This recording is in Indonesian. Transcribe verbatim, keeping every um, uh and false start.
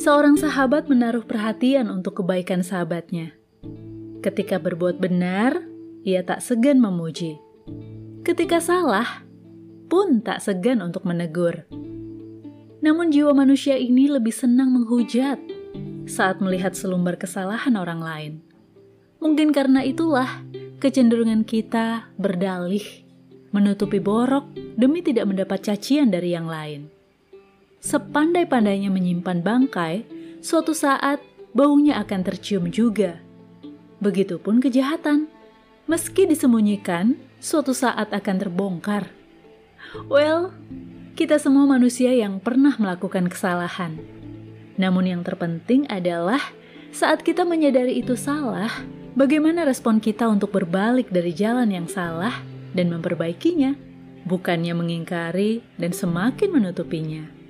Seorang sahabat menaruh perhatian untuk kebaikan sahabatnya. Ketika berbuat benar, ia tak segan memuji. Ketika salah, pun tak segan untuk menegur. Namun jiwa manusia ini lebih senang menghujat saat melihat selumbar kesalahan orang lain. Mungkin karena itulah kecenderungan kita berdalih, menutupi borok demi tidak mendapat cacian dari yang lain. Sepandai-pandainya menyimpan bangkai, suatu saat baunya akan tercium juga. Begitupun kejahatan. Meski disembunyikan, suatu saat akan terbongkar. Well, kita semua manusia yang pernah melakukan kesalahan. Namun yang terpenting adalah saat kita menyadari itu salah, bagaimana respon kita untuk berbalik dari jalan yang salah dan memperbaikinya, bukannya mengingkari dan semakin menutupinya.